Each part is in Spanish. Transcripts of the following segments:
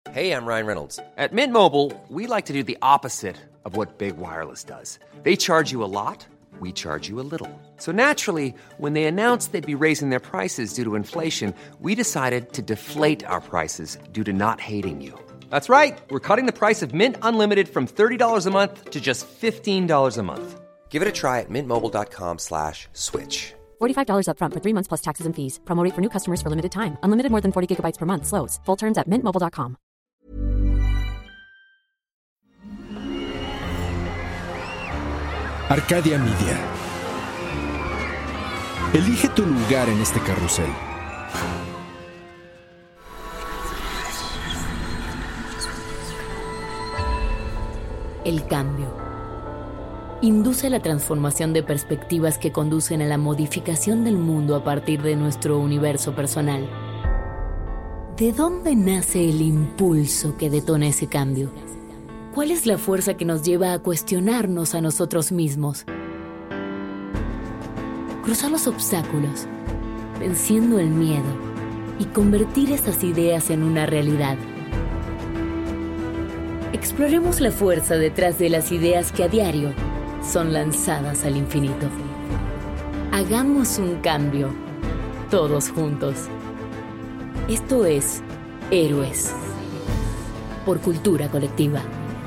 Hey, I'm Ryan Reynolds. At Mint Mobile, we like to do the opposite of what Big Wireless does. They charge you a lot, we charge you a little. So naturally, when they announced they'd be raising their prices due to inflation, we decided to deflate our prices due to not hating you. That's right. We're cutting the price of Mint Unlimited from $30 a month to just $15 a month. Give it a try at mintmobile.com/switch. $45 up front for 3 months plus taxes and fees. Promo rate for new customers for limited time. Unlimited more than 40 gigabytes per month. Slows full terms at mintmobile.com. Arcadia Media. Elige tu lugar en este carrusel. El cambio induce la transformación de perspectivas que conducen a la modificación del mundo a partir de nuestro universo personal. ¿De dónde nace el impulso que detona ese cambio? ¿Cuál es la fuerza que nos lleva a cuestionarnos a nosotros mismos? Cruzar los obstáculos, venciendo el miedo y convertir esas ideas en una realidad. Exploremos la fuerza detrás de las ideas que a diario son lanzadas al infinito. Hagamos un cambio, todos juntos. Esto es Héroes, por Cultura Colectiva.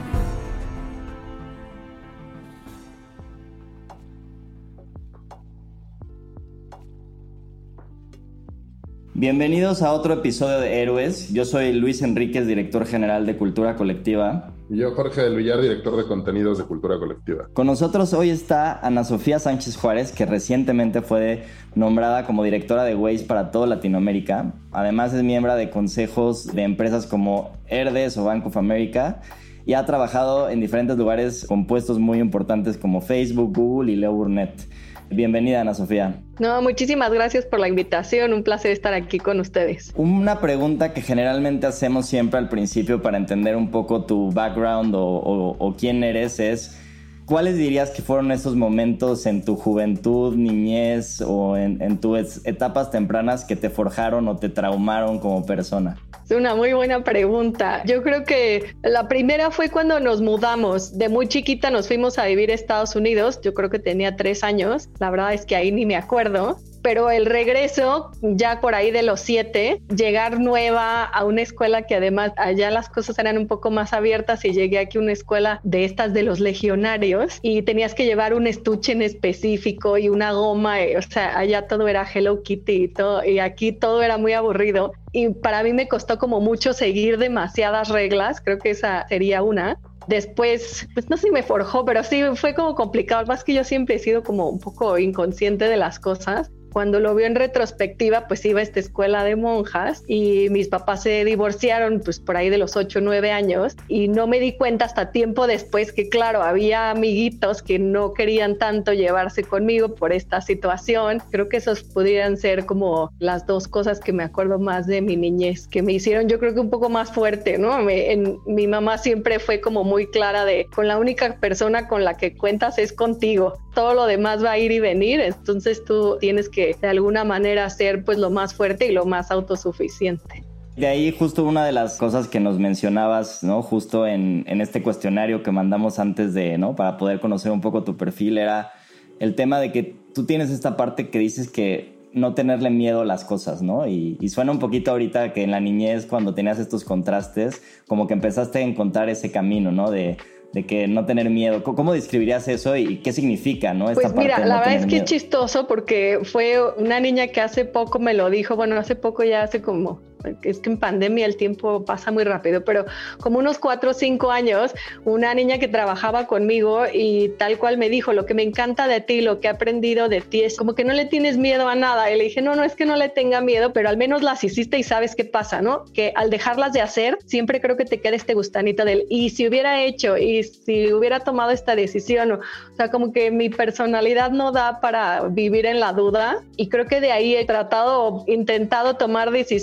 Bienvenidos a otro episodio de Héroes. Yo soy Luis Enríquez, director general de Cultura Colectiva. Y yo, Jorge del Villar, director de contenidos de Cultura Colectiva. Con nosotros hoy está Ana Sofía Sánchez Juárez, que recientemente fue nombrada como directora de Waze para toda Latinoamérica. Además es miembro de consejos de empresas como Herdes o Bank of America y ha trabajado en diferentes lugares con puestos muy importantes como Facebook, Google y Leo Burnett. Bienvenida, Ana Sofía. No, muchísimas gracias por la invitación. Un placer estar aquí con ustedes. Una pregunta que generalmente hacemos siempre al principio para entender un poco tu background o quién eres es: ¿cuáles dirías que fueron esos momentos en tu juventud, niñez o en tus etapas tempranas que te forjaron o te traumaron como persona? Es una muy buena pregunta. Yo creo que la primera fue cuando nos mudamos. De muy chiquita nos fuimos a vivir a Estados Unidos. Yo creo que tenía 3 años. La verdad es que ahí ni me acuerdo. Pero el regreso, ya por ahí de los 7, llegar nueva a una escuela que además allá las cosas eran un poco más abiertas y llegué aquí a una escuela de estas de los legionarios y tenías que llevar un estuche en específico y una goma, o sea, allá todo era Hello Kitty y todo, y aquí todo era muy aburrido. Y para mí me costó como mucho seguir demasiadas reglas, creo que esa sería una. Después, pues no sé si me forjó, pero sí fue como complicado. Más que yo siempre he sido como un poco inconsciente de las cosas. Cuando lo veo en retrospectiva, pues iba a esta escuela de monjas y mis papás se divorciaron pues por ahí de los 8 o 9 años y no me di cuenta hasta tiempo después que claro, había amiguitos que no querían tanto llevarse conmigo por esta situación. Creo que esos pudieran ser como las 2 cosas que me acuerdo más de mi niñez, que me hicieron yo creo que un poco más fuerte, ¿no? Mi mamá siempre fue como muy clara de con la única persona con la que cuentas es contigo. Todo lo demás va a ir y venir, entonces tú tienes que de alguna manera ser pues lo más fuerte y lo más autosuficiente. De ahí justo una de las cosas que nos mencionabas, ¿no? Justo en este cuestionario que mandamos antes de, ¿no? Para poder conocer un poco tu perfil, era el tema de que tú tienes esta parte que dices que no tenerle miedo a las cosas, ¿no? Y suena un poquito ahorita que en la niñez, cuando tenías estos contrastes, como que empezaste a encontrar ese camino, ¿no? De que no tener miedo. ¿Cómo describirías eso y qué significa, no? Esta pues mira, parte de la no verdad es que miedo. es chistoso porque fue una niña que hace poco me lo dijo, bueno, hace poco ya hace como es que en pandemia el tiempo pasa muy rápido, pero como unos 4 o 5 años, una niña que trabajaba conmigo y tal cual me dijo, lo que me encanta de ti, lo que he aprendido de ti es como que no le tienes miedo a nada. Y le dije, no es que no le tenga miedo, pero al menos las hiciste y sabes qué pasa, ¿no? Que al dejarlas de hacer, siempre creo que te queda este gustanito del, y si hubiera hecho, y si hubiera tomado esta decisión, o sea, como que mi personalidad no da para vivir en la duda, y creo que de ahí he intentado tomar decisiones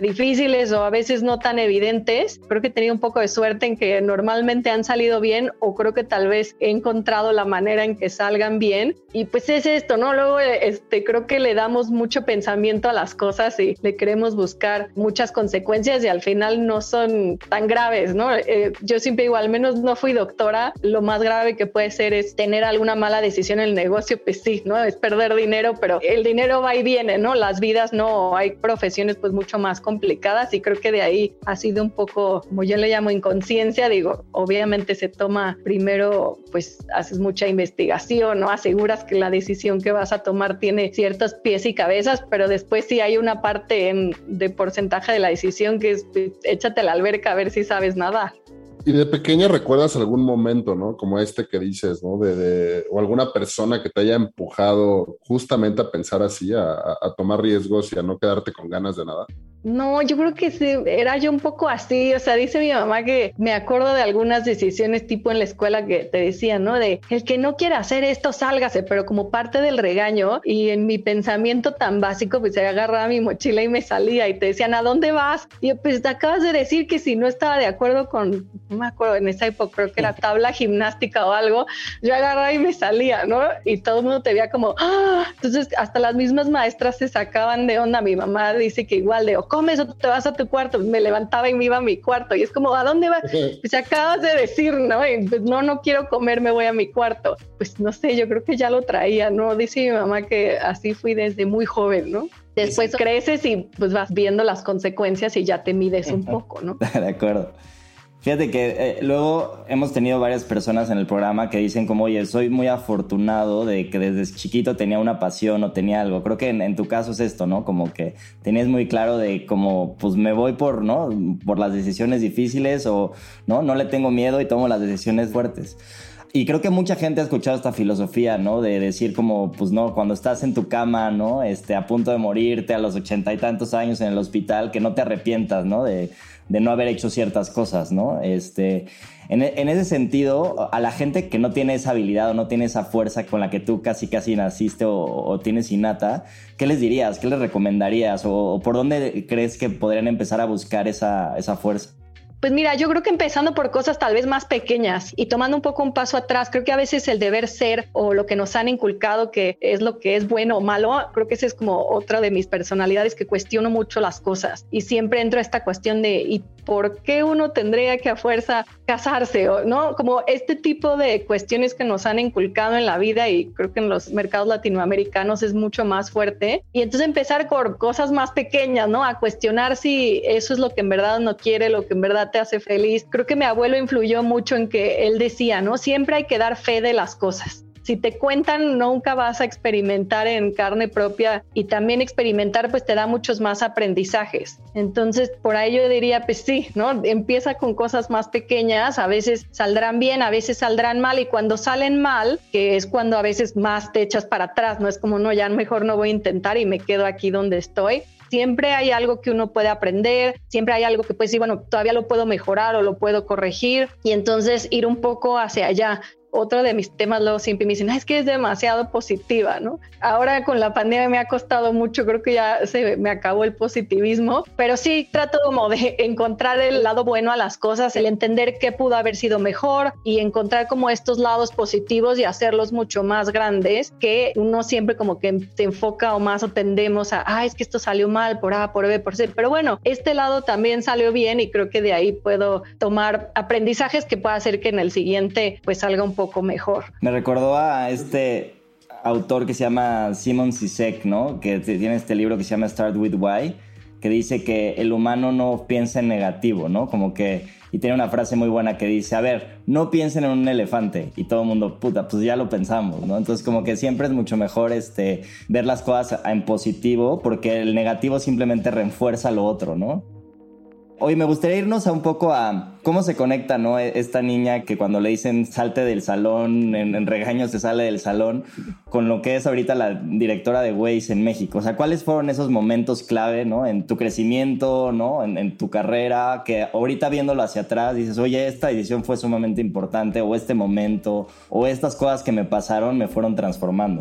difíciles o a veces no tan evidentes. Creo que he tenido un poco de suerte en que normalmente han salido bien, o creo que tal vez he encontrado la manera en que salgan bien. Y pues es esto, ¿no? Luego creo que le damos mucho pensamiento a las cosas y le queremos buscar muchas consecuencias y al final no son tan graves, ¿no? Yo siempre digo, al menos no fui doctora, lo más grave que puede ser es tener alguna mala decisión en el negocio, pues sí, ¿no? Es perder dinero, pero el dinero va y viene, ¿no? Las vidas no, hay profesiones pues mucho más complicadas y creo que de ahí ha sido un poco, como yo le llamo, inconsciencia. Digo, obviamente se toma primero, pues haces mucha investigación, ¿no? Aseguras que la decisión que vas a tomar tiene ciertos pies y cabezas, pero después sí hay una parte de porcentaje de la decisión que es, pues, échate a la alberca a ver si sabes nadar. Y de pequeña recuerdas algún momento, ¿no? Como este que dices, ¿no? O alguna persona que te haya empujado justamente a pensar así, a tomar riesgos y a no quedarte con ganas de nada. No, yo creo que sí, era yo un poco así, o sea, dice mi mamá que me acuerdo de algunas decisiones tipo en la escuela que te decían, ¿no? De el que no quiera hacer esto, sálgase, pero como parte del regaño, y en mi pensamiento tan básico, pues se agarraba mi mochila y me salía y te decían, ¿a dónde vas? Y yo, pues te acabas de decir que si no estaba de acuerdo con, no me acuerdo, en esa época creo que era tabla gimnástica o algo, yo agarraba y me salía, ¿no? Y todo el mundo te veía como, ¡ah! Entonces hasta las mismas maestras se sacaban de onda. Mi mamá dice que igual de, comes o te vas a tu cuarto. Me levantaba y me iba a mi cuarto y es como, ¿a dónde vas? Pues acabas de decir, ¿no? Y pues no quiero comer, me voy a mi cuarto. Pues no sé, yo creo que ya lo traía, ¿no? Dice mi mamá que así fui desde muy joven, ¿no? Después creces y pues vas viendo las consecuencias y ya te mides un poco, ¿no? De acuerdo. Fíjate que luego hemos tenido varias personas en el programa que dicen como, oye, soy muy afortunado de que desde chiquito tenía una pasión o tenía algo. Creo que en tu caso es esto, ¿no? Como que tenías muy claro de como, pues me voy por, ¿no? Por las decisiones difíciles o, no le tengo miedo y tomo las decisiones fuertes. Y creo que mucha gente ha escuchado esta filosofía, ¿no? De decir como, pues no, cuando estás en tu cama, ¿no? A punto de morirte a los 80 y tantos años en el hospital, que no te arrepientas, ¿no? De no haber hecho ciertas cosas, ¿no? En ese sentido, a la gente que no tiene esa habilidad o no tiene esa fuerza con la que tú casi naciste o tienes innata, ¿qué les dirías? ¿Qué les recomendarías? ¿O por dónde crees que podrían empezar a buscar esa fuerza? Pues mira, yo creo que empezando por cosas tal vez más pequeñas y tomando un poco un paso atrás, creo que a veces el deber ser o lo que nos han inculcado que es lo que es bueno o malo, creo que esa es como otra de mis personalidades, que cuestiono mucho las cosas y siempre entro a esta cuestión de ¿y por qué uno tendría que a fuerza casarse? O, ¿no? Como este tipo de cuestiones que nos han inculcado en la vida, y creo que en los mercados latinoamericanos es mucho más fuerte. Y entonces empezar por cosas más pequeñas, ¿no? A cuestionar si eso es lo que en verdad uno quiere, lo que en verdad te hace feliz. Creo que mi abuelo influyó mucho en que él decía, ¿no? Siempre hay que dar fe de las cosas. Si te cuentan, nunca vas a experimentar en carne propia, y también experimentar pues te da muchos más aprendizajes. Entonces por ahí yo diría pues sí, ¿no? Empieza con cosas más pequeñas, a veces saldrán bien, a veces saldrán mal, y cuando salen mal, que es cuando a veces más te echas para atrás, no es como no, ya mejor no voy a intentar y me quedo aquí donde estoy. Siempre hay algo que uno puede aprender, siempre hay algo que pues sí, bueno, todavía lo puedo mejorar o lo puedo corregir, y entonces ir un poco hacia allá. Otro de mis temas luego siempre me dicen, es que es demasiado positiva, ¿no? Ahora con la pandemia me ha costado mucho, creo que ya se me acabó el positivismo, pero sí trato como de encontrar el lado bueno a las cosas, el entender qué pudo haber sido mejor y encontrar como estos lados positivos y hacerlos mucho más grandes, que uno siempre como que se enfoca o más o tendemos a, es que esto salió mal por A, por B, por C, pero bueno, este lado también salió bien y creo que de ahí puedo tomar aprendizajes que pueda hacer que en el siguiente pues salga un poco mejor. Me recordó a este autor que se llama Simon Zizek, ¿no? Que tiene este libro que se llama Start With Why, que dice que el humano no piensa en negativo, ¿no? Como que, y tiene una frase muy buena que dice, a ver, no piensen en un elefante, y todo el mundo, puta, pues ya lo pensamos, ¿no? Entonces como que siempre es mucho mejor ver las cosas en positivo, porque el negativo simplemente refuerza lo otro, ¿no? Oye, me gustaría irnos a un poco a cómo se conecta, ¿no? Esta niña que cuando le dicen salte del salón, en regaños se sale del salón, con lo que es ahorita la directora de Waze en México. O sea, ¿cuáles fueron esos momentos clave, ¿no? En tu crecimiento, ¿no? En tu carrera, que ahorita viéndolo hacia atrás dices, oye, esta decisión fue sumamente importante, o este momento, o estas cosas que me pasaron me fueron transformando, ¿no?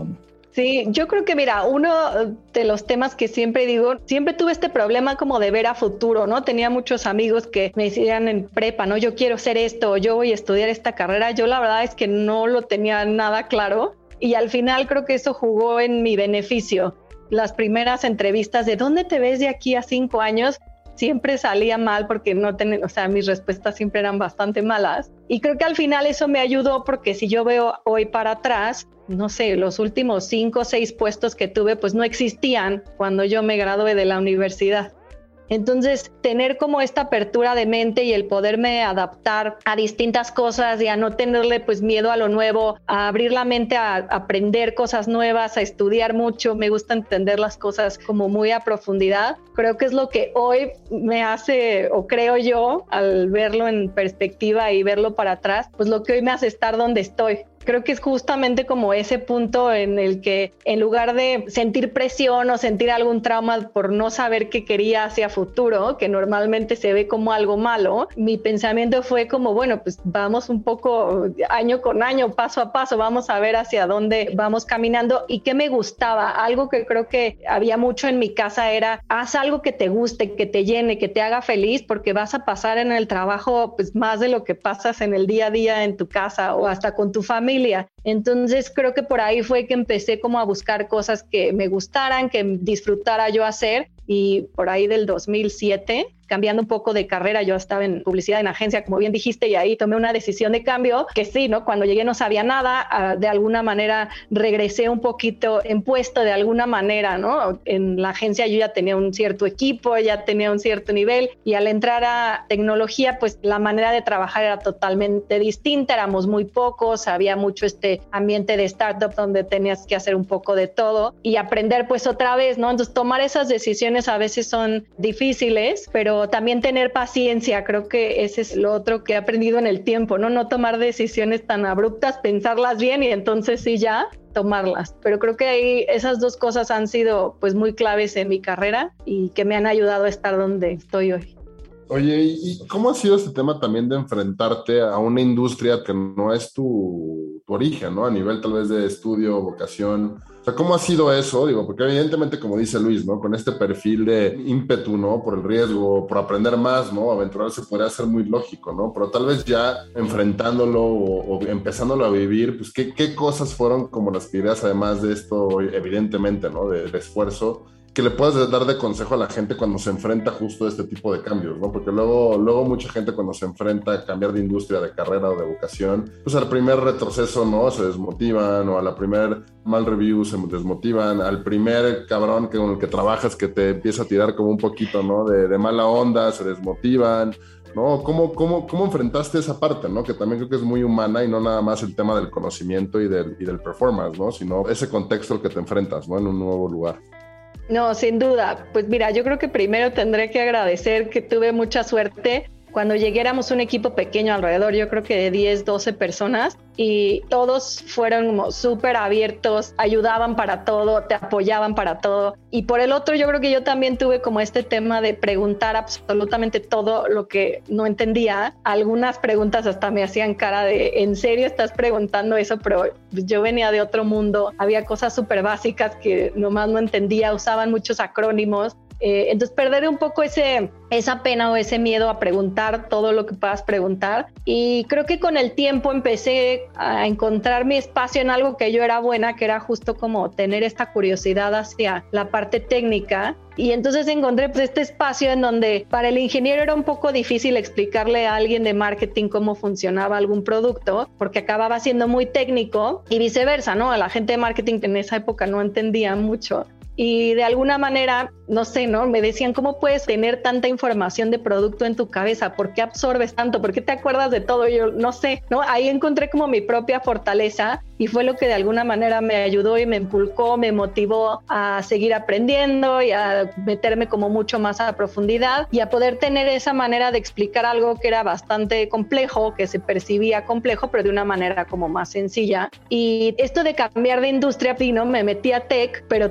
Sí, yo creo que mira, uno de los temas que siempre digo, siempre tuve este problema como de ver a futuro, ¿no? Tenía muchos amigos que me decían en prepa, ¿no? Yo quiero hacer esto, yo voy a estudiar esta carrera. Yo la verdad es que no lo tenía nada claro y al final creo que eso jugó en mi beneficio. Las primeras entrevistas de ¿dónde te ves de aquí a 5 años? Siempre salía mal porque mis respuestas siempre eran bastante malas. Y creo que al final eso me ayudó porque si yo veo hoy para atrás, no sé, los últimos 5 o 6 puestos que tuve, pues no existían cuando yo me gradué de la universidad. Entonces, tener como esta apertura de mente y el poderme adaptar a distintas cosas y a no tenerle pues miedo a lo nuevo, a abrir la mente a aprender cosas nuevas, a estudiar mucho, me gusta entender las cosas como muy a profundidad. Creo que es lo que hoy me hace, o creo yo, al verlo en perspectiva y verlo para atrás, pues lo que hoy me hace estar donde estoy. Creo que es justamente como ese punto en el que en lugar de sentir presión o sentir algún trauma por no saber qué quería hacia futuro, que normalmente se ve como algo malo, mi pensamiento fue como, bueno, pues vamos un poco año con año, paso a paso, vamos a ver hacia dónde vamos caminando y qué me gustaba. Algo que creo que había mucho en mi casa era, haz algo que te guste, que te llene, que te haga feliz, porque vas a pasar en el trabajo pues más de lo que pasas en el día a día en tu casa o hasta con tu familia. Entonces creo que por ahí fue que empecé como a buscar cosas que me gustaran, que disfrutara yo hacer, y por ahí del 2007, cambiando un poco de carrera, yo estaba en publicidad en agencia, como bien dijiste, y ahí tomé una decisión de cambio, que sí, ¿no? Cuando llegué no sabía nada, de alguna manera regresé un poquito en puesto de alguna manera, ¿no? En la agencia yo ya tenía un cierto equipo, ya tenía un cierto nivel, y al entrar a tecnología, pues la manera de trabajar era totalmente distinta, éramos muy pocos, había mucho este ambiente de startup donde tenías que hacer un poco de todo y aprender pues otra vez, ¿no? Entonces tomar esas decisiones a veces son difíciles, pero también tener paciencia, creo que ese es lo otro que he aprendido en el tiempo, ¿no? No tomar decisiones tan abruptas, pensarlas bien y entonces sí ya tomarlas. Pero creo que ahí esas dos cosas han sido pues muy claves en mi carrera y que me han ayudado a estar donde estoy hoy. Oye, ¿y cómo ha sido este tema también de enfrentarte a una industria que no es tu origen, ¿no? A nivel tal vez de estudio, vocación. O sea, ¿cómo ha sido eso? Digo, porque evidentemente, como dice Luis, ¿no? Con este perfil de ímpetu, ¿no? Por el riesgo, por aprender más, ¿no? Aventurarse podría ser muy lógico, ¿no? Pero tal vez ya enfrentándolo o empezándolo a vivir, pues, ¿qué cosas fueron como las que ideas, además de esto, evidentemente, ¿no? De esfuerzo, que le puedas dar de consejo a la gente cuando se enfrenta justo a este tipo de cambios, ¿no? Porque luego mucha gente cuando se enfrenta a cambiar de industria, de carrera o de vocación, pues al primer retroceso, ¿no? Se desmotivan, o a la primer mal review se desmotivan, al primer cabrón con el que trabajas que te empieza a tirar como un poquito, ¿no? De mala onda, se desmotivan, ¿no? ¿Cómo enfrentaste esa parte, ¿no? Que también creo que es muy humana y no nada más el tema del conocimiento y del performance, ¿no? Sino ese contexto al que te enfrentas, ¿no? En un nuevo lugar. No, sin duda. Pues mira, yo creo que primero tendré que agradecer que tuve mucha suerte. Cuando llegué éramos un equipo pequeño alrededor, yo creo que de 10, 12 personas, y todos fueron como súper abiertos, ayudaban para todo, te apoyaban para todo. Y por el otro, yo creo que yo también tuve como este tema de preguntar absolutamente todo lo que no entendía. Algunas preguntas hasta me hacían cara de, ¿en serio estás preguntando eso? Pero yo venía de otro mundo, había cosas súper básicas que nomás no entendía, usaban muchos acrónimos. Entonces perder un poco esa pena o ese miedo a preguntar todo lo que puedas preguntar, y creo que con el tiempo empecé a encontrar mi espacio en algo que yo era buena, que era justo como tener esta curiosidad hacia la parte técnica. Y entonces encontré pues este espacio en donde para el ingeniero era un poco difícil explicarle a alguien de marketing cómo funcionaba algún producto, porque acababa siendo muy técnico, y viceversa, ¿no? A la gente de marketing en esa época no entendía mucho. Y de alguna manera, no sé, ¿no? Me decían, ¿cómo puedes tener tanta información de producto en tu cabeza? ¿Por qué absorbes tanto? ¿Por qué te acuerdas de todo? Y yo no sé, ¿no? Ahí encontré como mi propia fortaleza, y fue lo que de alguna manera me ayudó y me impulsó, me motivó a seguir aprendiendo y a meterme como mucho más a profundidad y a poder tener esa manera de explicar algo que era bastante complejo, que se percibía complejo, pero de una manera como más sencilla. Y esto de cambiar de industria, ¿no? Me metí a tech, pero tech dentro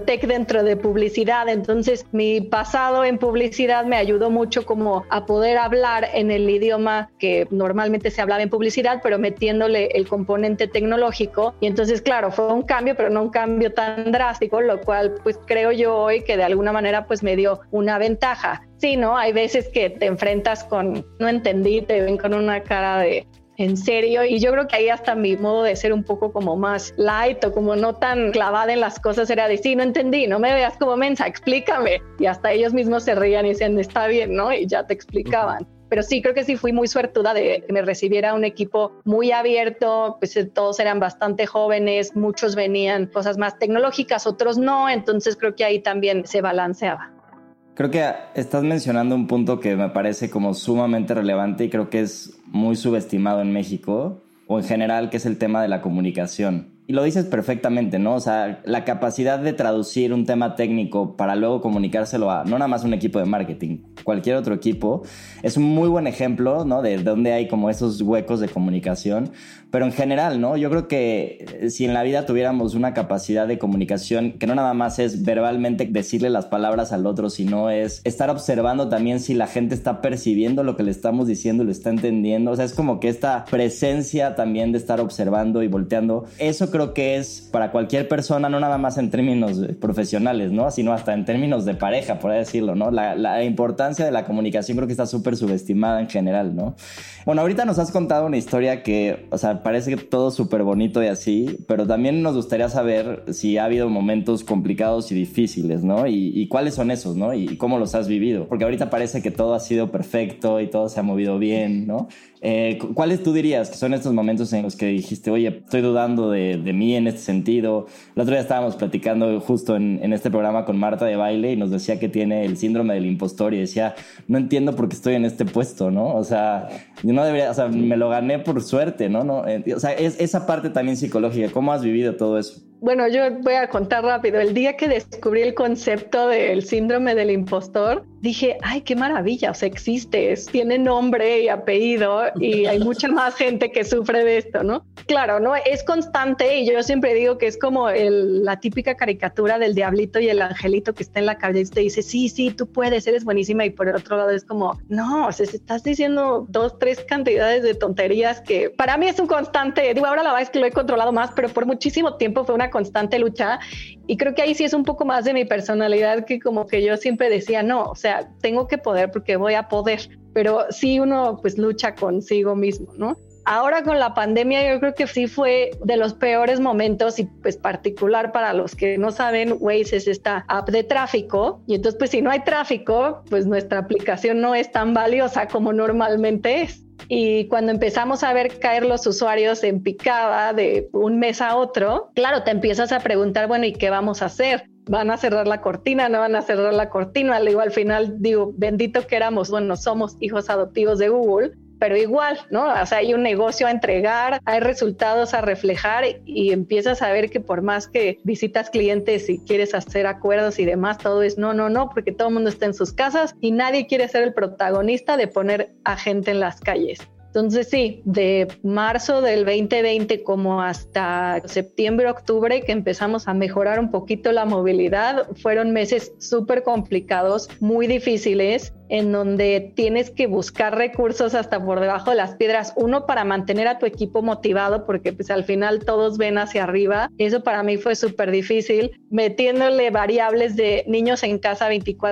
dentro de publicidad, entonces mi pasado en publicidad me ayudó mucho como a poder hablar en el idioma que normalmente se hablaba en publicidad, pero metiéndole el componente tecnológico. Y entonces, claro, fue un cambio, pero no un cambio tan drástico, lo cual pues creo yo hoy que de alguna manera pues me dio una ventaja. Sí, ¿no? Hay veces que te enfrentas con no entendí, te ven con una cara de ¿en serio? Y yo creo que ahí hasta mi modo de ser un poco como más light o como no tan clavada en las cosas era de sí, no entendí, no me veas como mensa, explícame. Y hasta ellos mismos se reían y decían, está bien, ¿no? Y ya te explicaban. Pero sí, creo que sí fui muy suertuda de que me recibiera un equipo muy abierto, pues todos eran bastante jóvenes, muchos venían cosas más tecnológicas, otros no, entonces creo que ahí también se balanceaba. Creo que estás mencionando un punto que me parece como sumamente relevante y creo que es muy subestimado en México o en general, que es el tema de la comunicación. Y lo dices perfectamente, ¿no? O sea, la capacidad de traducir un tema técnico para luego comunicárselo a no nada más un equipo de marketing, cualquier otro equipo, es un muy buen ejemplo, ¿no? De dónde hay como esos huecos de comunicación. Pero en general, ¿no? Yo creo que si en la vida tuviéramos una capacidad de comunicación que no nada más es verbalmente decirle las palabras al otro, sino es estar observando también si la gente está percibiendo lo que le estamos diciendo, lo está entendiendo. O sea, es como que esta presencia también de estar observando y volteando. Eso creo que es para cualquier persona, no nada más en términos profesionales, ¿no? Sino hasta en términos de pareja, por así decirlo, ¿no? La importancia de la comunicación creo que está súper subestimada en general, ¿no? Bueno, ahorita nos has contado una historia que, o sea, parece que todo súper bonito y así, pero también nos gustaría saber si ha habido momentos complicados y difíciles, ¿no? Y cuáles son esos, ¿no? Y cómo los has vivido. Porque ahorita parece que todo ha sido perfecto y todo se ha movido bien, ¿no? ¿Cuáles tú dirías que son estos momentos en los que dijiste, oye, estoy dudando de mí en este sentido? El otro día estábamos platicando justo en este programa con Marta de Baile y nos decía que tiene el síndrome del impostor y decía, no entiendo por qué estoy en este puesto, ¿no? O sea, yo no debería, o sea, me lo gané por suerte, ¿no? O sea, es esa parte también psicológica. ¿Cómo has vivido todo eso? Bueno, yo voy a contar rápido. El día que descubrí el concepto del síndrome del impostor, dije, ay, qué maravilla, o sea, existe, tiene nombre y apellido y hay mucha más gente que sufre de esto, ¿no? Claro, ¿no? Es constante y yo siempre digo que es como la típica caricatura del diablito y el angelito que está en la calle y te dice, sí, tú puedes, eres buenísima, y por el otro lado es como, no, o sea, estás diciendo 2, 3 cantidades de tonterías que para mí es un constante, digo, ahora la verdad es que lo he controlado más, pero por muchísimo tiempo fue una constante lucha y creo que ahí sí es un poco más de mi personalidad, que como que yo siempre decía, no, o sea, tengo que poder porque voy a poder, pero sí uno pues lucha consigo mismo, ¿no? Ahora con la pandemia yo creo que sí fue de los peores momentos y pues particular para los que no saben, Waze es esta app de tráfico y entonces pues si no hay tráfico, pues nuestra aplicación no es tan valiosa como normalmente es. Y cuando empezamos a ver caer los usuarios en picada de un mes a otro, claro, te empiezas a preguntar, bueno, ¿y qué vamos a hacer? ¿Van a cerrar la cortina? ¿No van a cerrar la cortina? Digo, al final, digo, bendito que éramos, bueno, somos hijos adoptivos de Google, pero igual, ¿no? O sea, hay un negocio a entregar, hay resultados a reflejar y empiezas a ver que por más que visitas clientes y quieres hacer acuerdos y demás, todo es no, porque todo el mundo está en sus casas y nadie quiere ser el protagonista de poner a gente en las calles. Entonces sí, de marzo del 2020 como hasta septiembre, octubre, que empezamos a mejorar un poquito la movilidad, fueron meses súper complicados, muy difíciles, en donde tienes que buscar recursos hasta por debajo de las piedras. Uno, para mantener a tu equipo motivado, porque pues al final todos ven hacia arriba. Eso para mí fue súper difícil, metiéndole variables de niños en casa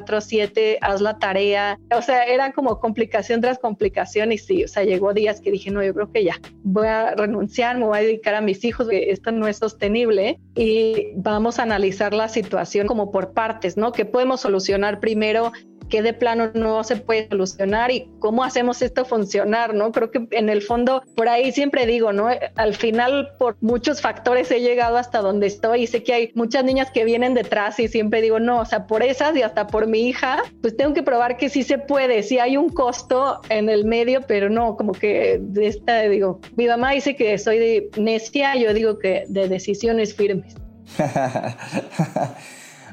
24/7, haz la tarea. O sea, era como complicación tras complicación y sí, o sea, llegó días que dije, no, yo creo que ya, voy a renunciar, me voy a dedicar a mis hijos, que esto no es sostenible y vamos a analizar la situación como por partes, ¿no? ¿Qué podemos solucionar primero? ¿Qué de plano no se puede solucionar? ¿Y cómo hacemos esto funcionar? ¿No? Creo que en el fondo, por ahí siempre digo, ¿no? Al final, por muchos factores he llegado hasta donde estoy y sé que hay muchas niñas que vienen detrás y siempre digo, no, o sea, por esas y hasta por mi hija, pues tengo que probar que sí se puede, sí hay un costo en el medio, pero no, como que de esta, digo, mi mamá dice que soy de necia, yo digo que de decisiones firmes.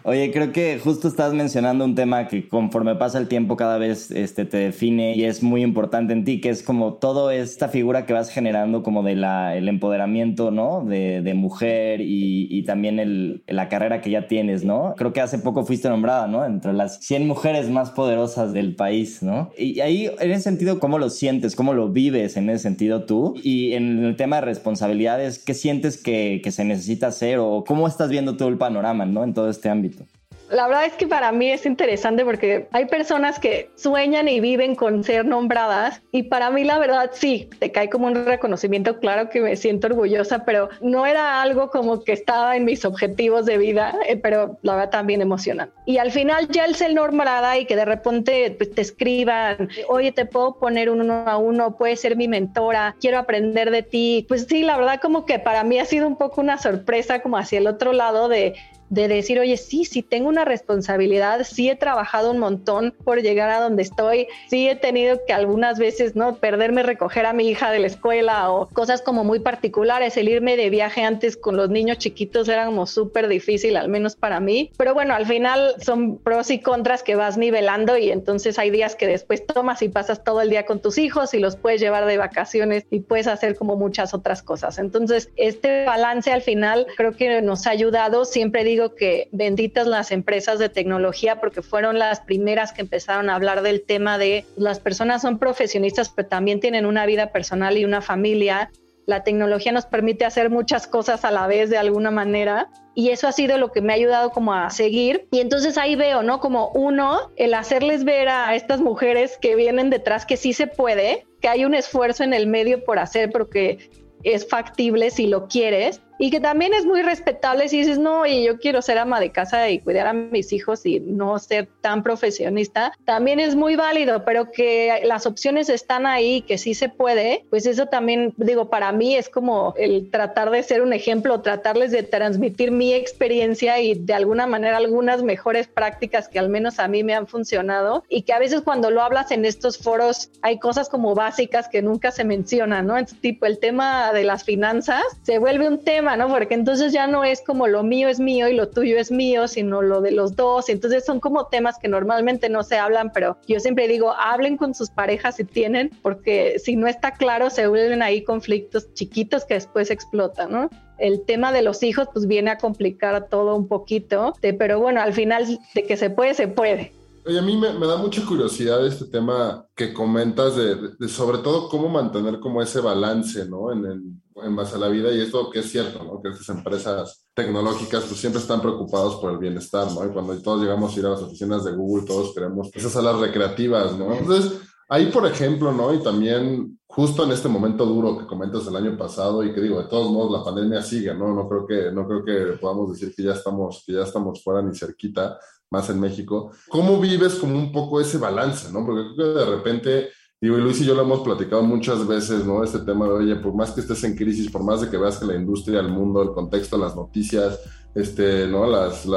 Oye, creo que justo estás mencionando un tema que conforme pasa el tiempo cada vez te define y es muy importante en ti, que es como toda esta figura que vas generando como de el empoderamiento, ¿no? De mujer y también la carrera que ya tienes, ¿no? Creo que hace poco fuiste nombrada, ¿no? Entre las 100 mujeres más poderosas del país, ¿no? Y ahí, en ese sentido, ¿cómo lo sientes? ¿Cómo lo vives en ese sentido tú? Y en el tema de responsabilidades, ¿qué sientes que se necesita hacer o cómo estás viendo todo el panorama, ¿no? En todo este ámbito. La verdad es que para mí es interesante porque hay personas que sueñan y viven con ser nombradas y para mí la verdad sí, te cae como un reconocimiento, claro que me siento orgullosa, pero no era algo como que estaba en mis objetivos de vida, pero la verdad también emociona. Y al final ya el ser nombrada y que de repente pues, te escriban, oye, te puedo poner un 1 a 1, puedes ser mi mentora, quiero aprender de ti. Pues sí, la verdad como que para mí ha sido un poco una sorpresa como hacia el otro lado de decir, oye, sí tengo una responsabilidad, sí he trabajado un montón por llegar a donde estoy, sí he tenido que algunas veces, ¿no? Perderme, recoger a mi hija de la escuela o cosas como muy particulares, el irme de viaje antes con los niños chiquitos era como súper difícil, al menos para mí, pero bueno, al final son pros y contras que vas nivelando y entonces hay días que después tomas y pasas todo el día con tus hijos y los puedes llevar de vacaciones y puedes hacer como muchas otras cosas, entonces este balance al final creo que nos ha ayudado, siempre digo que benditas las empresas de tecnología porque fueron las primeras que empezaron a hablar del tema de las personas son profesionistas pero también tienen una vida personal y una familia. La tecnología nos permite hacer muchas cosas a la vez de alguna manera y eso ha sido lo que me ha ayudado como a seguir y entonces ahí veo, ¿no? Como uno, el hacerles ver a estas mujeres que vienen detrás que sí se puede, que hay un esfuerzo en el medio por hacer porque es factible si lo quieres y que también es muy respetable si dices, no, y yo quiero ser ama de casa y cuidar a mis hijos y no ser tan profesionista, también es muy válido, pero que las opciones están ahí, que sí se puede, pues eso también, digo, para mí es como el tratar de ser un ejemplo, tratarles de transmitir mi experiencia y de alguna manera algunas mejores prácticas que al menos a mí me han funcionado y que a veces cuando lo hablas en estos foros hay cosas como básicas que nunca se mencionan, ¿no? Es tipo el tema de las finanzas se vuelve un tema, ¿no? Porque entonces ya no es como lo mío es mío y lo tuyo es mío, sino lo de los dos. Entonces son como temas que normalmente no se hablan, pero yo siempre digo, hablen con sus parejas si tienen, porque si no está claro se vuelven ahí conflictos chiquitos que después explotan, ¿no? El tema de los hijos pues viene a complicar todo un poquito, pero bueno, al final de que se puede, se puede. Oye, a mí me da mucha curiosidad este tema que comentas de sobre todo cómo mantener como ese balance, ¿no? En base a la vida y esto que es cierto, ¿no? Que estas empresas tecnológicas pues siempre están preocupados por el bienestar, ¿no? Y cuando todos llegamos a ir a las oficinas de Google, todos queremos esas salas recreativas, ¿no? Entonces, ahí, por ejemplo, ¿no? Y también justo en este momento duro que comentas el año pasado y que digo, de todos modos la pandemia sigue, ¿no? No creo que podamos decir que ya estamos fuera ni cerquita, más en México. ¿Cómo vives como un poco ese balance, ¿no? Porque creo que de repente, digo, y Luis y yo lo hemos platicado muchas veces, ¿no? Este tema de, oye, por más que estés en crisis, por más de que veas que la industria, el mundo, el contexto, las noticias, ¿no?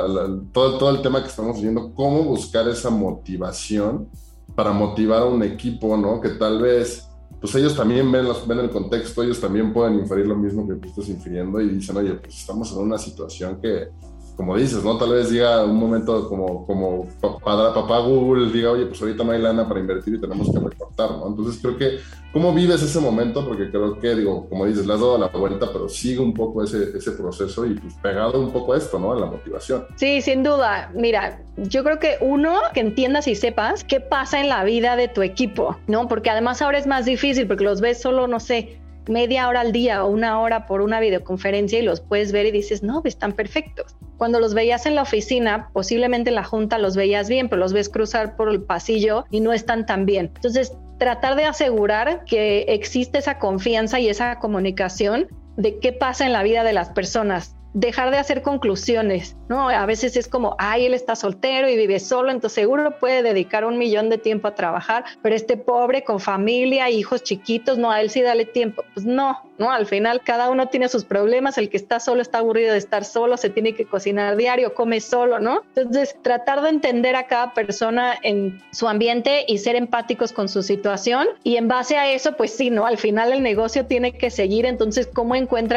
Todo el tema que estamos viviendo, ¿cómo buscar esa motivación para motivar a un equipo, ¿no? Que tal vez, pues ellos también ven el contexto, ellos también pueden inferir lo mismo que tú estás infiriendo y dicen, oye, pues estamos en una situación que, como dices, ¿no? Tal vez diga un momento como papá Google diga, oye, pues ahorita no hay lana para invertir y tenemos que recortar, ¿no? Entonces creo que, ¿cómo vives ese momento? Porque creo que, digo, como dices, le has dado la vuelta, pero sigue un poco ese proceso y pues pegado un poco a esto, ¿no? A la motivación. Sí, sin duda. Mira, yo creo que uno, que entiendas y sepas qué pasa en la vida de tu equipo, ¿no? Porque además ahora es más difícil porque los ves solo, no sé, media hora al día o una hora por una videoconferencia y los puedes ver y dices, no, están perfectos. Cuando los veías en la oficina, posiblemente en la junta los veías bien, pero los ves cruzar por el pasillo y no están tan bien. Entonces, tratar de asegurar que existe esa confianza y esa comunicación de qué pasa en la vida de las personas. Dejar de hacer conclusiones, ¿no? A veces es como, ay, él está soltero y vive solo, entonces seguro puede dedicar 1 millón de tiempo a trabajar, pero este pobre con familia, hijos chiquitos, no, a él sí dale tiempo. Pues no, al final cada uno tiene sus problemas, el que está solo está aburrido de estar solo, se tiene que cocinar diario, come solo, ¿no? Entonces, tratar de entender a cada persona en su ambiente y ser empáticos con su situación y en base a eso, pues sí, ¿no? Al final el negocio tiene que seguir, entonces, ¿cómo encuentras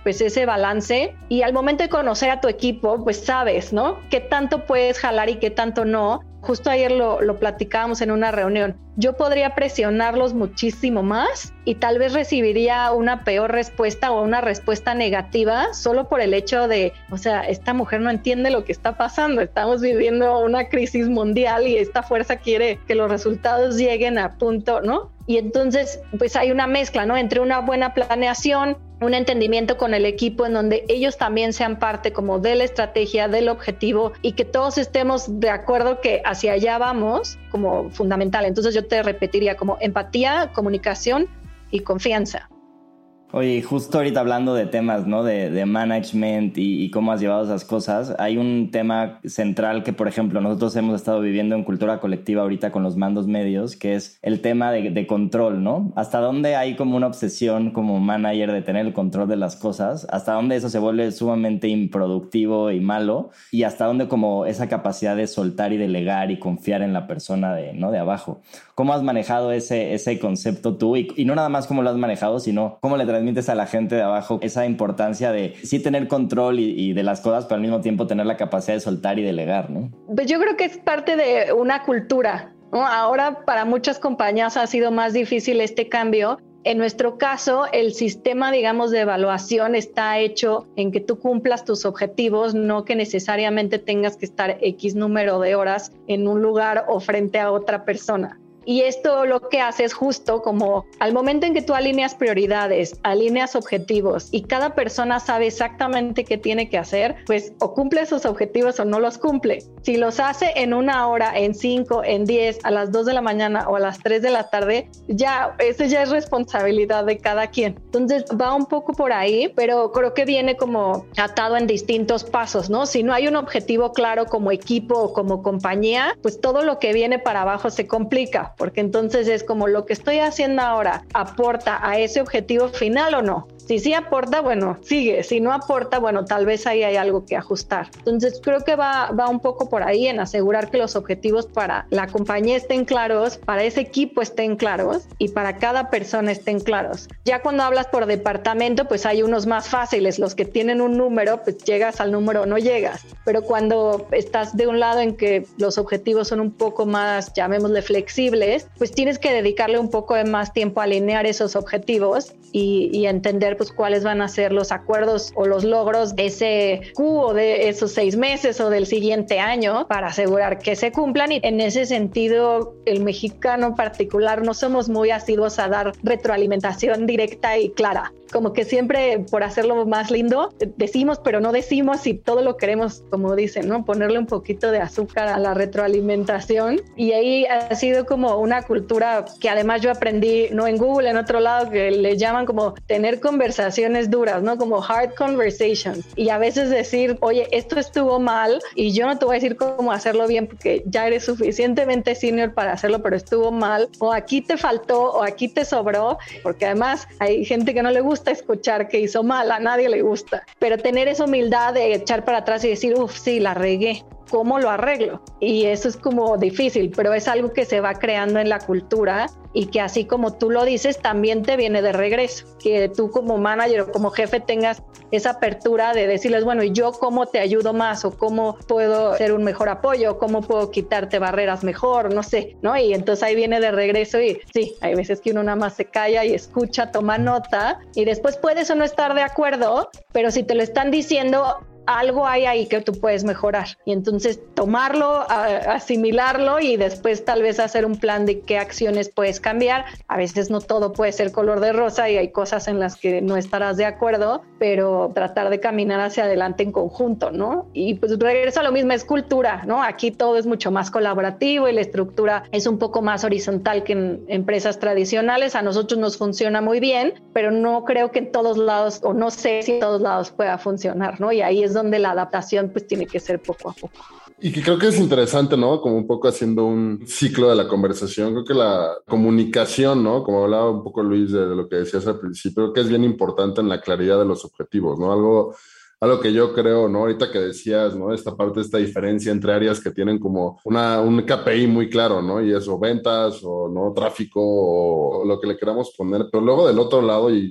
pues ese balance, y al momento de conocer a tu equipo, pues sabes, ¿no? Qué tanto puedes jalar y qué tanto no. Justo ayer lo platicábamos en una reunión. Yo podría presionarlos muchísimo más y tal vez recibiría una peor respuesta o una respuesta negativa solo por el hecho de, o sea, esta mujer no entiende lo que está pasando. Estamos viviendo una crisis mundial y esta fuerza quiere que los resultados lleguen a punto, ¿no? Y entonces, pues hay una mezcla, ¿no? Entre una buena planeación, un entendimiento con el equipo en donde ellos también sean parte como de la estrategia, del objetivo, y que todos estemos de acuerdo que hacia allá vamos como fundamental. Entonces yo te repetiría como empatía, comunicación y confianza. Oye, justo ahorita hablando de temas, ¿no? De management y cómo has llevado esas cosas, hay un tema central que, por ejemplo, nosotros hemos estado viviendo en cultura colectiva ahorita con los mandos medios, que es el tema de control, ¿no? Hasta dónde hay como una obsesión como manager de tener el control de las cosas, hasta dónde eso se vuelve sumamente improductivo y malo, y hasta dónde como esa capacidad de soltar y delegar y confiar en la persona ¿no? de abajo. ¿Cómo has manejado ese concepto tú? Y no nada más cómo lo has manejado, sino cómo le transmites a la gente de abajo esa importancia de sí tener control y de las cosas, pero al mismo tiempo tener la capacidad de soltar y delegar, ¿no? Pues yo creo que es parte de una cultura, ¿no? Ahora para muchas compañías ha sido más difícil este cambio. En nuestro caso, el sistema, digamos, de evaluación está hecho en que tú cumplas tus objetivos, no que necesariamente tengas que estar X número de horas en un lugar o frente a otra persona. Y esto lo que hace es justo como al momento en que tú alineas prioridades, alineas objetivos y cada persona sabe exactamente qué tiene que hacer, pues o cumple esos objetivos o no los cumple. Si los hace en 1 hora, en 5, en 10, a las 2 de la mañana o a las 3 de la tarde, eso ya es responsabilidad de cada quien. Entonces va un poco por ahí, pero creo que viene como atado en distintos pasos, ¿no? Si no hay un objetivo claro como equipo o como compañía, pues todo lo que viene para abajo se complica. Porque entonces es como lo que estoy haciendo ahora, ¿aporta a ese objetivo final o no? Si sí aporta, bueno, sigue. Si no aporta, bueno, tal vez ahí hay algo que ajustar. Entonces creo que va un poco por ahí en asegurar que los objetivos para la compañía estén claros, para ese equipo estén claros y para cada persona estén claros. Ya cuando hablas por departamento, pues hay unos más fáciles. Los que tienen un número, pues llegas al número o no llegas. Pero cuando estás de un lado en que los objetivos son un poco más, llamémosle flexibles, pues tienes que dedicarle un poco de más tiempo a alinear esos objetivos y entender pues cuáles van a ser los acuerdos o los logros de ese Q o de esos 6 meses o del siguiente año para asegurar que se cumplan. Y en ese sentido, el mexicano en particular no somos muy asiduos a dar retroalimentación directa y clara. Como que siempre, por hacerlo más lindo, decimos pero no decimos y todo lo queremos, como dicen, ¿no? Ponerle un poquito de azúcar a la retroalimentación. Y ahí ha sido como una cultura que además yo aprendí, no en Google, en otro lado, que le llaman como tener conversaciones duras, ¿no? Como hard conversations. Y a veces decir, oye, esto estuvo mal y yo no te voy a decir cómo hacerlo bien porque ya eres suficientemente senior para hacerlo, pero estuvo mal. O aquí te faltó o aquí te sobró, porque además hay gente que no le gusta escuchar que hizo mal, a nadie le gusta. Pero tener esa humildad de echar para atrás y decir, sí, la regué. ¿Cómo lo arreglo? Y eso es como difícil, pero es algo que se va creando en la cultura y que así como tú lo dices, también te viene de regreso. Que tú como manager o como jefe tengas esa apertura de decirles, bueno, ¿y yo cómo te ayudo más? ¿O cómo puedo hacer un mejor apoyo? ¿Cómo puedo quitarte barreras mejor? No sé, ¿no? Y entonces ahí viene de regreso y sí, hay veces que uno nada más se calla y escucha, toma nota y después puedes o no estar de acuerdo, pero si te lo están diciendo, algo hay ahí que tú puedes mejorar y entonces tomarlo, asimilarlo y después tal vez hacer un plan de qué acciones puedes cambiar. A veces no todo puede ser color de rosa y hay cosas en las que no estarás de acuerdo, pero tratar de caminar hacia adelante en conjunto, ¿no? Y pues regreso a lo mismo, es cultura, ¿no? Aquí todo es mucho más colaborativo y la estructura es un poco más horizontal que en empresas tradicionales. A nosotros nos funciona muy bien, pero no creo que en todos lados, o no sé si en todos lados pueda funcionar, ¿no? Y ahí es donde la adaptación pues tiene que ser poco a poco. Y que creo que es interesante, ¿no? Como un poco haciendo un ciclo de la conversación. Creo que la comunicación, ¿no? Como hablaba un poco Luis de lo que decías al principio, creo que es bien importante en la claridad de los objetivos, ¿no? Algo que yo creo, ¿no? Ahorita que decías, ¿no? Esta diferencia entre áreas que tienen como un KPI muy claro, ¿no? Y eso, ventas o no tráfico o lo que le queramos poner. Pero luego del otro lado, y yo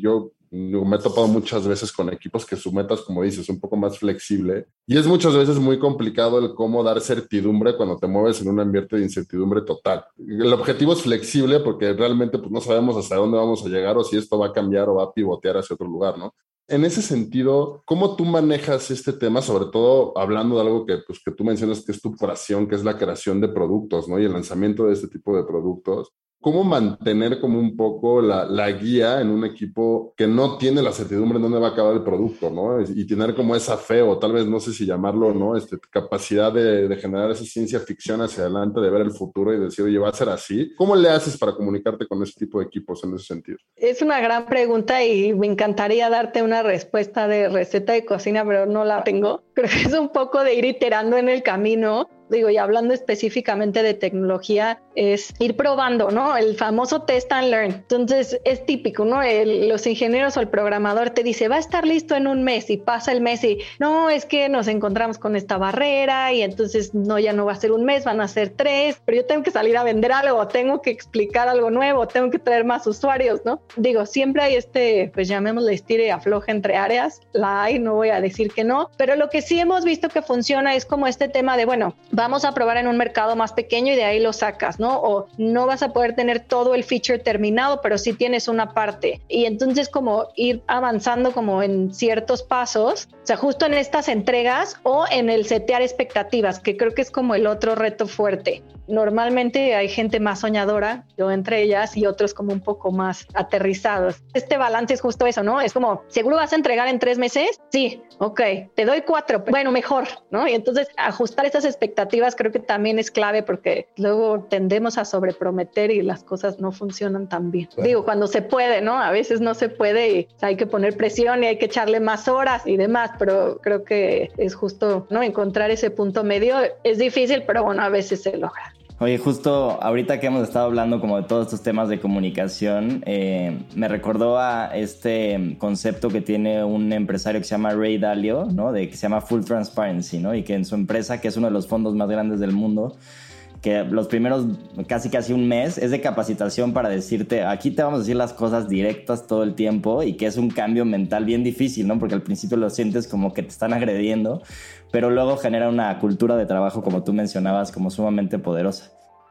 Me he topado muchas veces con equipos que su meta es, como dices, un poco más flexible. Y es muchas veces muy complicado el cómo dar certidumbre cuando te mueves en un ambiente de incertidumbre total. El objetivo es flexible porque realmente pues, no sabemos hasta dónde vamos a llegar o si esto va a cambiar o va a pivotear hacia otro lugar, ¿no? En ese sentido, ¿cómo tú manejas este tema? Sobre todo hablando de algo que tú mencionas que es tu pasión, que es la creación de productos, ¿no? Y el lanzamiento de este tipo de productos. ¿Cómo mantener como un poco la guía en un equipo que no tiene la certidumbre en dónde va a acabar el producto, ¿no? Y tener como esa fe, o tal vez no sé si llamarlo, ¿no? Capacidad de generar esa ciencia ficción hacia adelante, de ver el futuro y decir, oye, va a ser así. ¿Cómo le haces para comunicarte con ese tipo de equipos en ese sentido? Es una gran pregunta y me encantaría darte una respuesta de receta de cocina, pero no la tengo. Creo que es un poco de ir iterando en el camino. Digo, y hablando específicamente de tecnología, es ir probando, ¿no? El famoso test and learn. Entonces, es típico, ¿no? Los ingenieros o el programador te dice, va a estar listo en un mes, y pasa el mes y, no, es que nos encontramos con esta barrera y entonces, no, ya no va a ser un mes, van a ser 3, pero yo tengo que salir a vender algo, tengo que explicar algo nuevo, tengo que traer más usuarios, ¿no? Digo, siempre hay pues llamémosle estire y afloje entre áreas, la hay, no voy a decir que no, pero lo que sí hemos visto que funciona es como este tema de, bueno, vamos a probar en un mercado más pequeño y de ahí lo sacas, ¿no? O no vas a poder tener todo el feature terminado, pero sí tienes una parte. Y entonces como ir avanzando como en ciertos pasos, o sea, justo en estas entregas o en el setear expectativas, que creo que es como el otro reto fuerte. Normalmente hay gente más soñadora, yo entre ellas, y otros como un poco más aterrizados. Este balance es justo eso, ¿no? Es como, ¿seguro vas a entregar en 3 meses? Sí, ok, te doy 4, bueno, mejor, ¿no? Y entonces ajustar esas expectativas creo que también es clave porque luego tendemos a sobreprometer y las cosas no funcionan tan bien. Claro. Digo, cuando se puede, ¿no? A veces no se puede y hay que poner presión y hay que echarle más horas y demás, pero creo que es justo, ¿no? Encontrar ese punto medio es difícil, pero bueno, a veces se logra. Oye, justo ahorita que hemos estado hablando como de todos estos temas de comunicación, me recordó a este concepto que tiene un empresario que se llama Ray Dalio, ¿no? Que se llama Full Transparency, ¿no? Y que en su empresa, que es uno de los fondos más grandes del mundo, que los primeros casi un mes es de capacitación para decirte, aquí te vamos a decir las cosas directas todo el tiempo, y que es un cambio mental bien difícil, ¿no? Porque al principio lo sientes como que te están agrediendo, pero luego genera una cultura de trabajo, como tú mencionabas, como sumamente poderosa.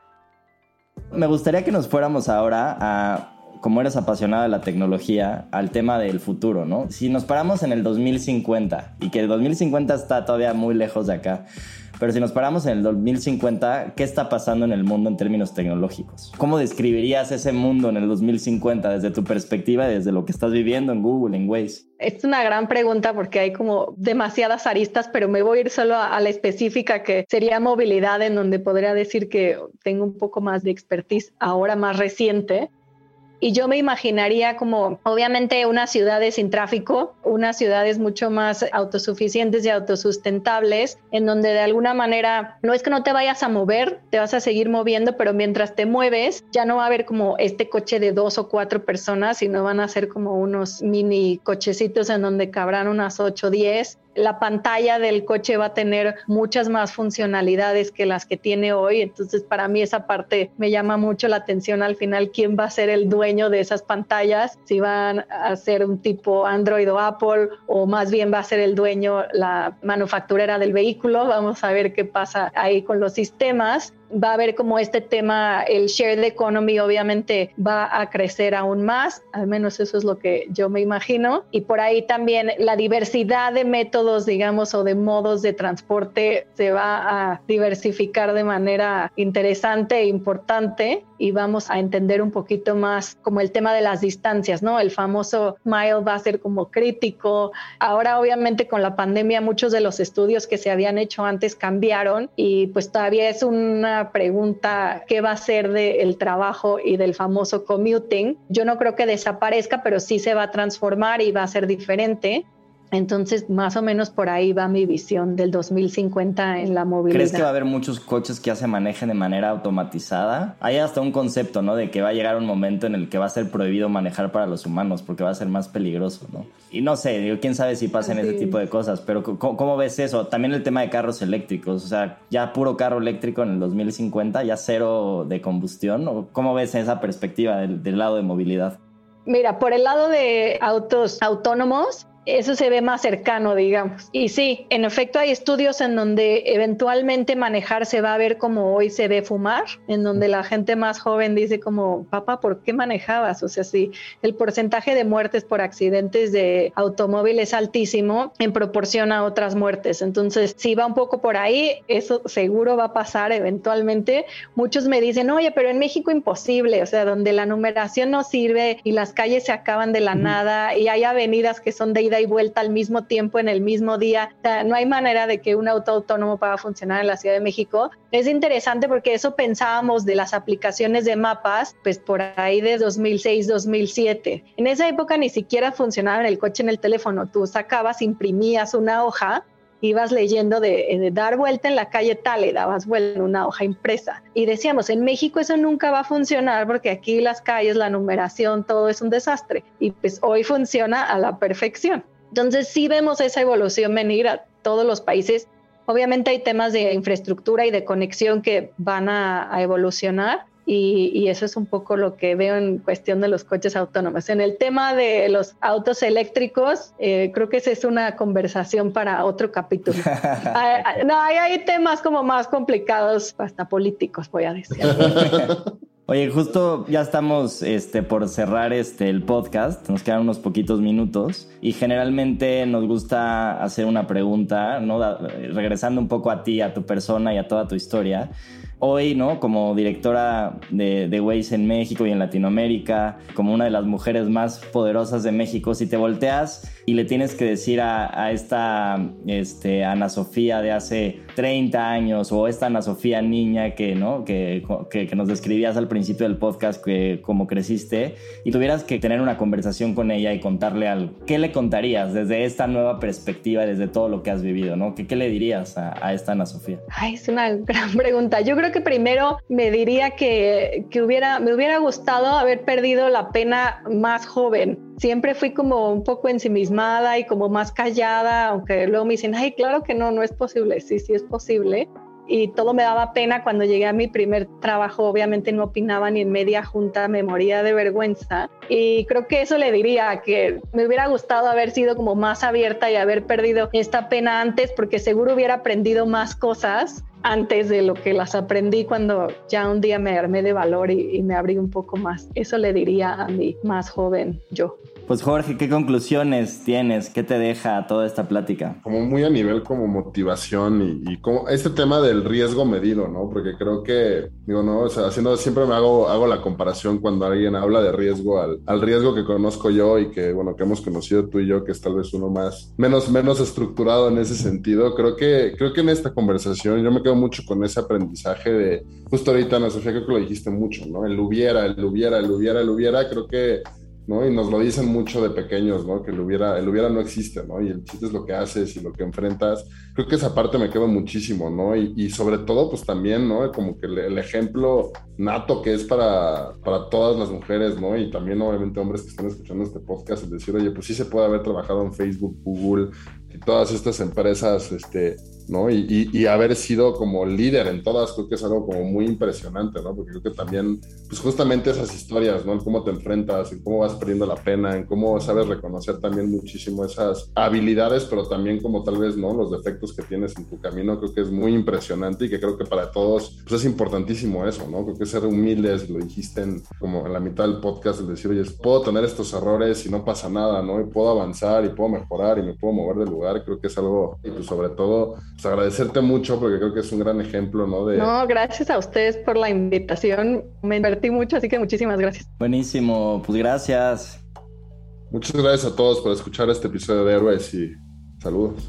Me gustaría que nos fuéramos ahora a, como eres apasionada de la tecnología, al tema del futuro, ¿no? Si nos paramos en el 2050, y que el 2050 está todavía muy lejos de acá, pero si nos paramos en el 2050, ¿qué está pasando en el mundo en términos tecnológicos? ¿Cómo describirías ese mundo en el 2050 desde tu perspectiva y desde lo que estás viviendo en Google, en Waze? Es una gran pregunta porque hay como demasiadas aristas, pero me voy a ir solo a la específica, que sería movilidad, en donde podría decir que tengo un poco más de expertise ahora más reciente. Y yo me imaginaría como, obviamente, unas ciudades sin tráfico, unas ciudades mucho más autosuficientes y autosustentables, en donde de alguna manera no es que no te vayas a mover, te vas a seguir moviendo, pero mientras te mueves ya no va a haber como este coche de 2 o 4 personas, sino van a ser como unos mini cochecitos en donde cabrán unas 8 o 10. La pantalla del coche va a tener muchas más funcionalidades que las que tiene hoy, entonces para mí esa parte me llama mucho la atención. Al final, ¿quién va a ser el dueño de esas pantallas? Si van a ser un tipo Android o Apple, o más bien va a ser el dueño la manufacturera del vehículo. Vamos a ver qué pasa ahí con los sistemas. Va a haber como este tema, el shared economy obviamente va a crecer aún más, al menos eso es lo que yo me imagino, y por ahí también la diversidad de métodos, digamos, o de modos de transporte se va a diversificar de manera interesante e importante, y vamos a entender un poquito más como el tema de las distancias, ¿no? El famoso mile va a ser como crítico. Ahora obviamente con la pandemia muchos de los estudios que se habían hecho antes cambiaron, y pues todavía es una pregunta, ¿qué va a ser del trabajo y del famoso commuting? Yo no creo que desaparezca, pero sí se va a transformar y va a ser diferente. Entonces, más o menos por ahí va mi visión del 2050 en la movilidad. ¿Crees que va a haber muchos coches que ya se manejen de manera automatizada? Hay hasta un concepto, ¿no? De que va a llegar un momento en el que va a ser prohibido manejar para los humanos porque va a ser más peligroso, ¿no? Y no sé, digo, quién sabe si pasen ese tipo de cosas, pero ¿cómo ves eso? También el tema de carros eléctricos, o sea, ya puro carro eléctrico en el 2050, ya cero de combustión, ¿o cómo ves esa perspectiva del lado de movilidad? Mira, por el lado de autos autónomos, eso se ve más cercano, digamos. Y sí, en efecto hay estudios en donde eventualmente manejar se va a ver como hoy se ve fumar, en donde la gente más joven dice como, papá, ¿por qué manejabas? O sea, sí, el porcentaje de muertes por accidentes de automóvil es altísimo en proporción a otras muertes. Entonces, si va un poco por ahí, eso seguro va a pasar eventualmente. Muchos me dicen, oye, pero en México imposible, o sea, donde la numeración no sirve y las calles se acaban de la nada y hay avenidas que son de ida y vuelta al mismo tiempo en el mismo día. O sea, no hay manera de que un auto autónomo pueda funcionar en la Ciudad de México. Es interesante porque eso pensábamos de las aplicaciones de mapas, pues por ahí de 2006, 2007. En esa época ni siquiera funcionaba en el coche, en el teléfono. Tú sacabas, imprimías una hoja, ibas leyendo de dar vuelta en la calle tal y dabas vuelta en una hoja impresa. Y decíamos, en México eso nunca va a funcionar porque aquí las calles, la numeración, todo es un desastre. Y pues hoy funciona a la perfección. Entonces sí vemos esa evolución venir a todos los países. Obviamente hay temas de infraestructura y de conexión que van a evolucionar. Y eso es un poco lo que veo en cuestión de los coches autónomos. En el tema de los autos eléctricos, creo que esa es una conversación para otro capítulo. No, hay temas como más complicados, hasta políticos, voy a decir. Oye, justo ya estamos por cerrar el podcast, nos quedan unos poquitos minutos y generalmente nos gusta hacer una pregunta, ¿no? Regresando un poco a ti, a tu persona y a toda tu historia. Hoy, ¿no? Como directora de Waze en México y en Latinoamérica, como una de las mujeres más poderosas de México, si te volteas y le tienes que decir a esta Ana Sofía de hace 30 años o esta Ana Sofía niña que nos describías al principio del podcast, que como creciste, y tuvieras que tener una conversación con ella y contarle algo, ¿qué le contarías desde esta nueva perspectiva, desde todo lo que has vivido, ¿no? ¿Qué le dirías a esta Ana Sofía? Ay, es una gran pregunta. Yo creo que primero me diría que me hubiera gustado haber perdido la pena más joven. Siempre fui como un poco ensimismada y como más callada, aunque luego me dicen, ay, claro que no es posible. Sí es posible. Y todo me daba pena cuando llegué a mi primer trabajo. Obviamente no opinaba ni en media junta, me moría de vergüenza. Y creo que eso le diría, que me hubiera gustado haber sido como más abierta y haber perdido esta pena antes, porque seguro hubiera aprendido más cosas antes de lo que las aprendí cuando ya un día me armé de valor y me abrí un poco más. Eso le diría a mi más joven yo. Pues Jorge, ¿qué conclusiones tienes? ¿Qué te deja toda esta plática? Como muy a nivel como motivación y como este tema del riesgo medido, ¿no? Porque creo que, o sea, siempre me hago la comparación cuando alguien habla de riesgo al riesgo que conozco yo y que hemos conocido tú y yo, que es tal vez uno menos estructurado en ese sentido. Creo que en esta conversación yo me quedo mucho con ese aprendizaje de, justo ahorita, Ana Sofía, creo que lo dijiste mucho, ¿no? El hubiera, creo que, ¿no? Y nos lo dicen mucho de pequeños, ¿no? Que el hubiera no existe, ¿no? Y el chiste es lo que haces y lo que enfrentas. Creo que esa parte me queda muchísimo, ¿no? Y sobre todo, pues también, ¿no? Como que el ejemplo nato que es para todas las mujeres, ¿no? Y también, obviamente, hombres que están escuchando este podcast, el decir, oye, pues sí se puede haber trabajado en Facebook, Google y todas estas empresas, ¿no? Y haber sido como líder en todas, creo que es algo como muy impresionante, ¿no? Porque creo que también, pues justamente esas historias, ¿no? En cómo te enfrentas, en cómo vas perdiendo la pena, en cómo sabes reconocer también muchísimo esas habilidades, pero también como tal vez, ¿no? Los defectos que tienes en tu camino, creo que es muy impresionante y que creo que para todos, pues es importantísimo eso, ¿no? Creo que ser humildes, lo dijiste como en la mitad del podcast, el decir, oye, puedo tener estos errores y no pasa nada, ¿no? Y puedo avanzar y puedo mejorar y me puedo mover del lugar, creo que es algo, y pues sobre todo, pues agradecerte mucho porque creo que es un gran ejemplo, ¿no? No, gracias a ustedes por la invitación, me divertí mucho, así que muchísimas gracias. Buenísimo, pues gracias. Muchas gracias a todos por escuchar este episodio de Héroes y saludos.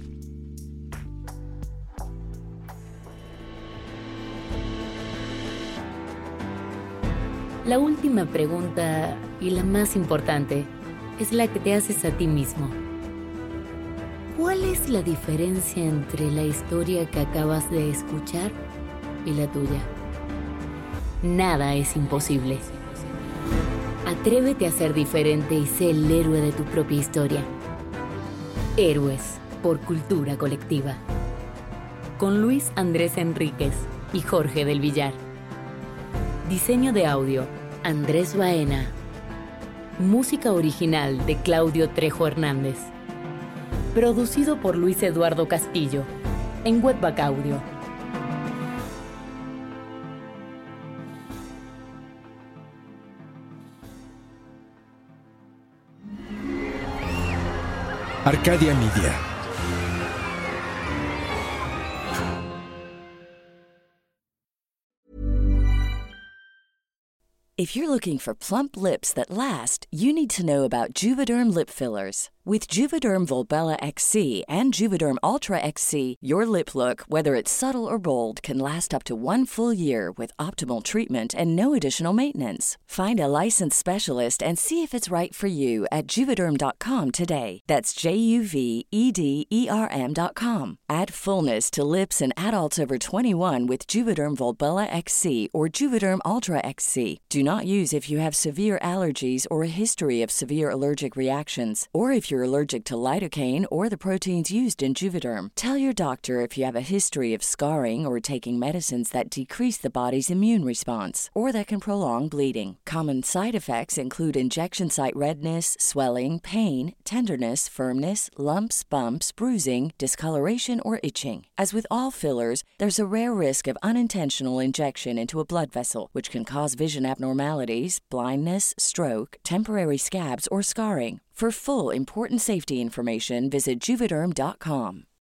La última pregunta, y la más importante, es la que te haces a ti mismo. ¿Cuál es la diferencia entre la historia que acabas de escuchar y la tuya? Nada es imposible. Atrévete a ser diferente y sé el héroe de tu propia historia. Héroes por Cultura Colectiva. Con Luis Andrés Enríquez y Jorge del Villar. Diseño de audio, Andrés Baena. Música original de Claudio Trejo Hernández. Producido por Luis Eduardo Castillo en Webback Audio. Arcadia Media. If you're looking for plump lips that last, you need to know about Juvederm lip fillers. With Juvederm Volbella XC and Juvederm Ultra XC, your lip look, whether it's subtle or bold, can last up to 1 full year with optimal treatment and no additional maintenance. Find a licensed specialist and see if it's right for you at Juvederm.com today. That's JUVEDERM.com. Add fullness to lips in adults over 21 with Juvederm Volbella XC or Juvederm Ultra XC. Do not use if you have severe allergies or a history of severe allergic reactions, or if you're allergic to lidocaine or the proteins used in Juvederm. Tell your doctor if you have a history of scarring or taking medicines that decrease the body's immune response or that can prolong bleeding. Common side effects include injection site redness, swelling, pain, tenderness, firmness, lumps, bumps, bruising, discoloration, or itching. As with all fillers, there's a rare risk of unintentional injection into a blood vessel, which can cause vision abnormalities, blindness, stroke, temporary scabs, or scarring. For full, important safety information, visit Juvederm.com.